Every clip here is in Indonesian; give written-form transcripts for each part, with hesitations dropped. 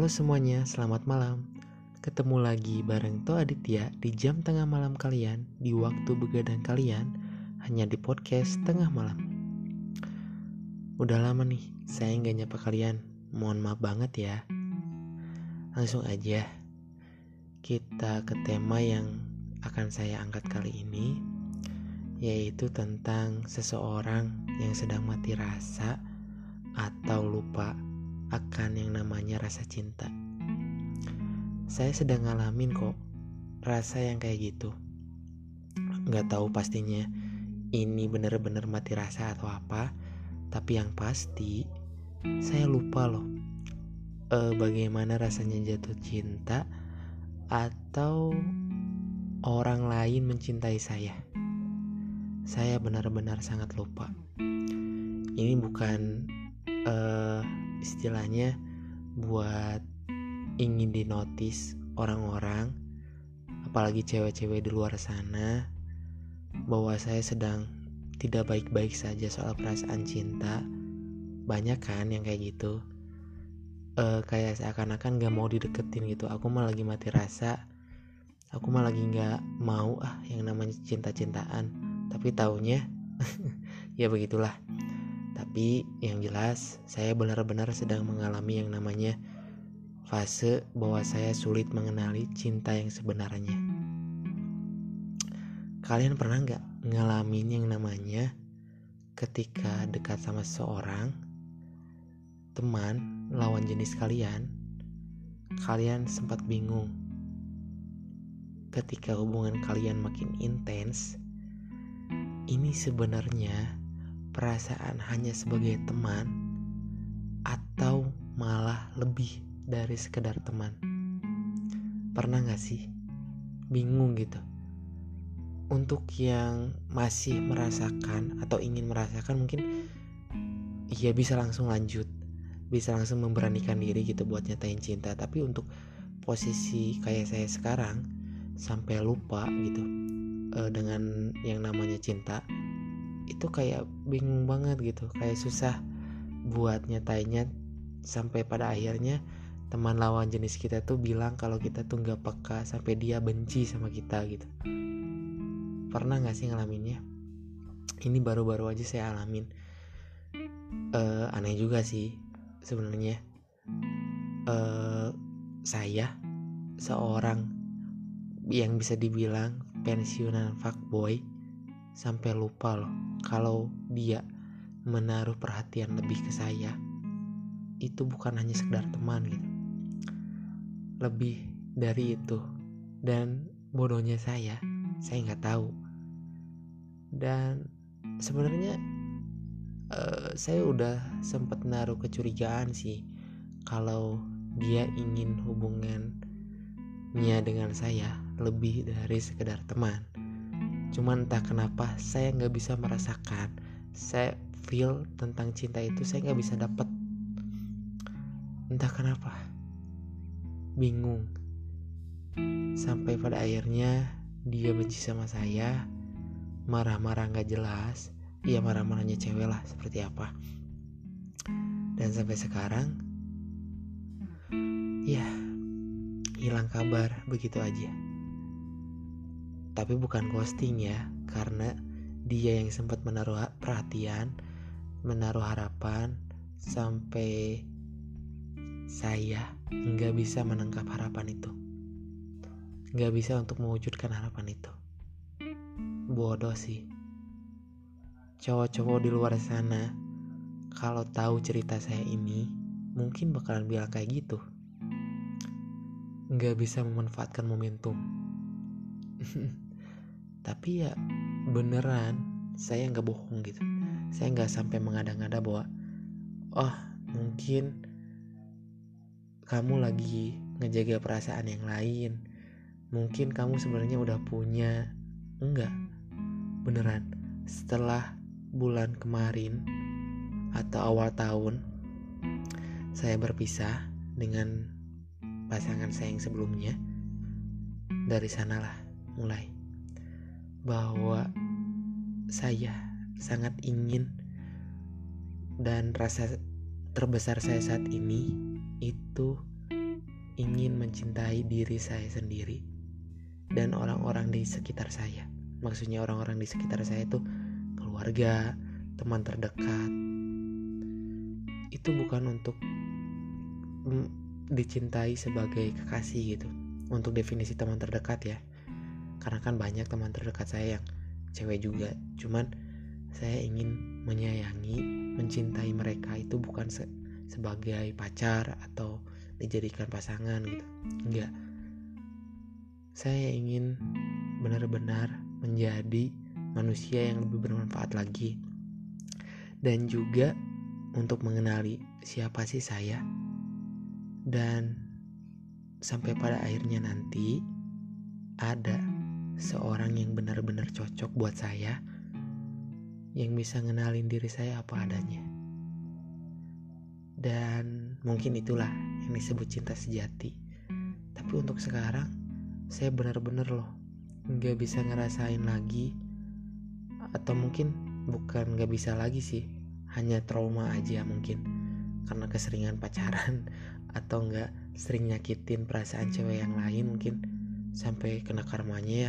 Halo semuanya, selamat malam. Ketemu lagi bareng To Aditya di jam tengah malam kalian, di waktu begadang kalian, hanya di podcast tengah malam. Udah lama nih, saya nggak nyapa kalian. Mohon maaf banget ya. Langsung aja, kita ke tema yang akan saya angkat kali ini, yaitu tentang seseorang yang sedang mati rasa atau lupa akan yang namanya rasa cinta. Saya sedang ngalamin kok rasa yang kayak gitu. Gak tahu pastinya ini bener-bener mati rasa atau apa, tapi yang pasti saya lupa loh bagaimana rasanya jatuh cinta atau orang lain mencintai saya. Saya benar-benar sangat lupa. Ini bukan istilahnya buat ingin dinotis orang-orang, apalagi cewek-cewek di luar sana, bahwa saya sedang tidak baik-baik saja soal perasaan cinta. Banyak kan yang kayak gitu, kayak seakan-akan gak mau dideketin gitu. Aku mah lagi mati rasa, aku mah lagi gak mau yang namanya cinta-cintaan. Tapi taunya ya begitulah. Tapi yang jelas saya benar-benar sedang mengalami yang namanya fase bahwa saya sulit mengenali cinta yang sebenarnya. Kalian pernah gak ngalamin yang namanya ketika dekat sama seseorang, teman, lawan jenis kalian sempat bingung ketika hubungan kalian makin intens, ini sebenarnya perasaan hanya sebagai teman atau malah lebih dari sekedar teman. Pernah gak sih bingung gitu? Untuk yang masih merasakan atau ingin merasakan, mungkin ya bisa langsung lanjut, bisa langsung memberanikan diri gitu buat nyatain cinta. Tapi untuk posisi kayak saya sekarang, sampai lupa gitu dengan yang namanya cinta, itu kayak bingung banget gitu, kayak susah buat nyatainnya. Sampai pada akhirnya teman lawan jenis kita tuh bilang kalau kita tuh gak peka, sampai dia benci sama kita gitu. Pernah gak sih ngalaminnya? Ini baru-baru aja saya alamin. Aneh juga sih sebenarnya. Saya seorang yang bisa dibilang pensiunan fuckboy sampai lupa loh kalau dia menaruh perhatian lebih ke saya itu bukan hanya sekedar teman gitu, lebih dari itu. Dan bodohnya saya nggak tahu. Dan sebenarnya saya udah sempat naruh kecurigaan sih kalau dia ingin hubungannya dengan saya lebih dari sekedar teman. Cuman entah kenapa saya gak bisa merasakan, saya feel tentang cinta itu saya gak bisa dapet. Entah kenapa, bingung. Sampai pada akhirnya dia benci sama saya, marah-marah gak jelas. Ya marah-marahnya cewek lah, seperti apa. Dan sampai sekarang ya hilang kabar begitu aja. Tapi bukan ghosting ya, karena dia yang sempat menaruh perhatian, menaruh harapan, sampai saya gak bisa menangkap harapan itu, gak bisa untuk mewujudkan harapan itu. Bodoh sih. Cowok-cowok di luar sana kalau tahu cerita saya ini mungkin bakalan bilang kayak gitu, gak bisa memanfaatkan momentum. Tapi ya beneran, saya gak bohong gitu. Saya gak sampai mengada-ngada bahwa mungkin kamu lagi ngejaga perasaan yang lain, mungkin kamu sebenarnya udah punya. Enggak, beneran. Setelah bulan kemarin atau awal tahun saya berpisah dengan pasangan saya yang sebelumnya, dari sanalah mulai bahwa saya sangat ingin, dan rasa terbesar saya saat ini itu ingin mencintai diri saya sendiri dan orang-orang di sekitar saya. Maksudnya orang-orang di sekitar saya itu keluarga, teman terdekat. Itu bukan untuk dicintai sebagai kekasih gitu. Untuk definisi teman terdekat ya. Karena kan banyak teman terdekat saya yang cewek juga. Cuman saya ingin menyayangi, mencintai mereka itu bukan sebagai pacar atau dijadikan pasangan gitu. Enggak. Saya ingin benar-benar menjadi manusia yang lebih bermanfaat lagi. Dan juga untuk mengenali siapa sih saya. Dan sampai pada akhirnya nanti ada seorang yang benar-benar cocok buat saya, yang bisa ngenalin diri saya apa adanya. Dan mungkin itulah yang disebut cinta sejati. Tapi untuk sekarang saya benar-benar gak bisa ngerasain lagi. Atau mungkin bukan gak bisa lagi sih, hanya trauma aja mungkin karena keseringan pacaran atau gak sering nyakitin perasaan cewek yang lain, mungkin sampai kena karmanya ya.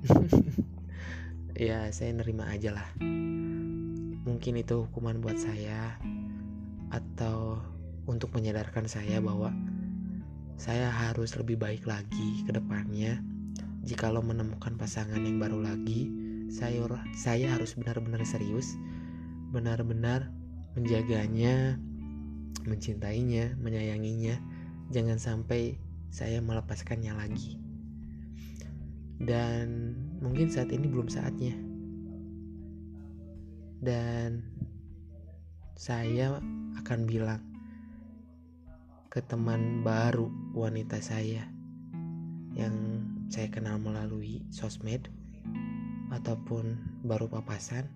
Ya saya nerima aja lah. Mungkin itu hukuman buat saya, atau untuk menyadarkan saya bahwa saya harus lebih baik lagi ke depannya. Jikalau menemukan pasangan yang baru lagi, saya harus benar-benar serius, benar-benar menjaganya, mencintainya, menyayanginya. Jangan sampai saya melepaskannya lagi. Dan mungkin saat ini belum saatnya. Dan saya akan bilang ke teman baru wanita saya yang saya kenal melalui sosmed ataupun baru papasan,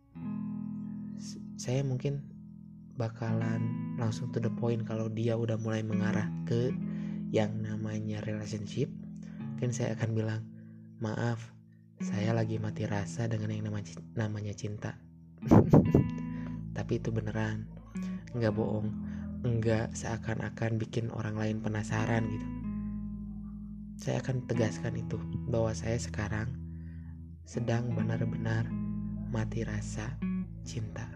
saya mungkin bakalan langsung to the point kalau dia udah mulai mengarah ke yang namanya relationship. Kan saya akan bilang, maaf, saya lagi mati rasa dengan yang namanya cinta. Tapi itu beneran, nggak bohong, nggak seakan-akan bikin orang lain penasaran gitu. Saya akan tegaskan itu, bahwa saya sekarang sedang benar-benar mati rasa cinta.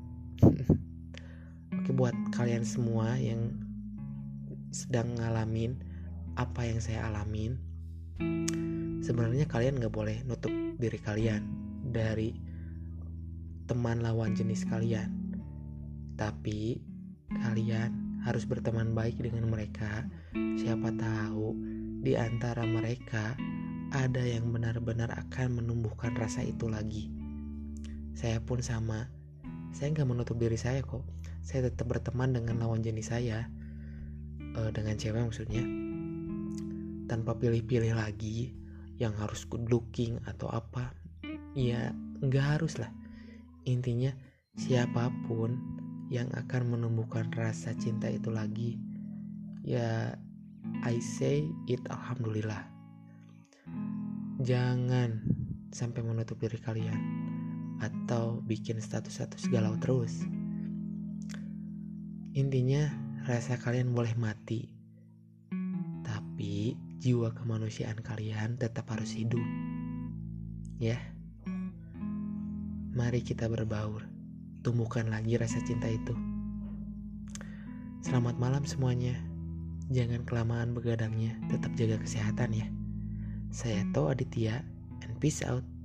Oke, buat kalian semua yang sedang ngalamin apa yang saya alamin, sebenarnya kalian gak boleh nutup diri kalian dari teman lawan jenis kalian. Tapi kalian harus berteman baik dengan mereka. Siapa tahu di antara mereka ada yang benar-benar akan menumbuhkan rasa itu lagi. Saya pun sama. Saya gak menutup diri saya kok. Saya tetap berteman dengan lawan jenis saya, dengan cewek maksudnya, tanpa pilih-pilih lagi yang harus good looking atau apa. Ya gak harus lah. Intinya siapapun yang akan menumbuhkan rasa cinta itu lagi, ya I say it alhamdulillah. Jangan sampai menutup diri kalian atau bikin status-status galau terus. Intinya rasa kalian boleh mati, tapi jiwa kemanusiaan kalian tetap harus hidup. Ya, mari kita berbaur, tumbuhkan lagi rasa cinta itu. Selamat malam semuanya. Jangan kelamaan begadangnya, tetap jaga kesehatan ya. Saya To Aditya, and peace out.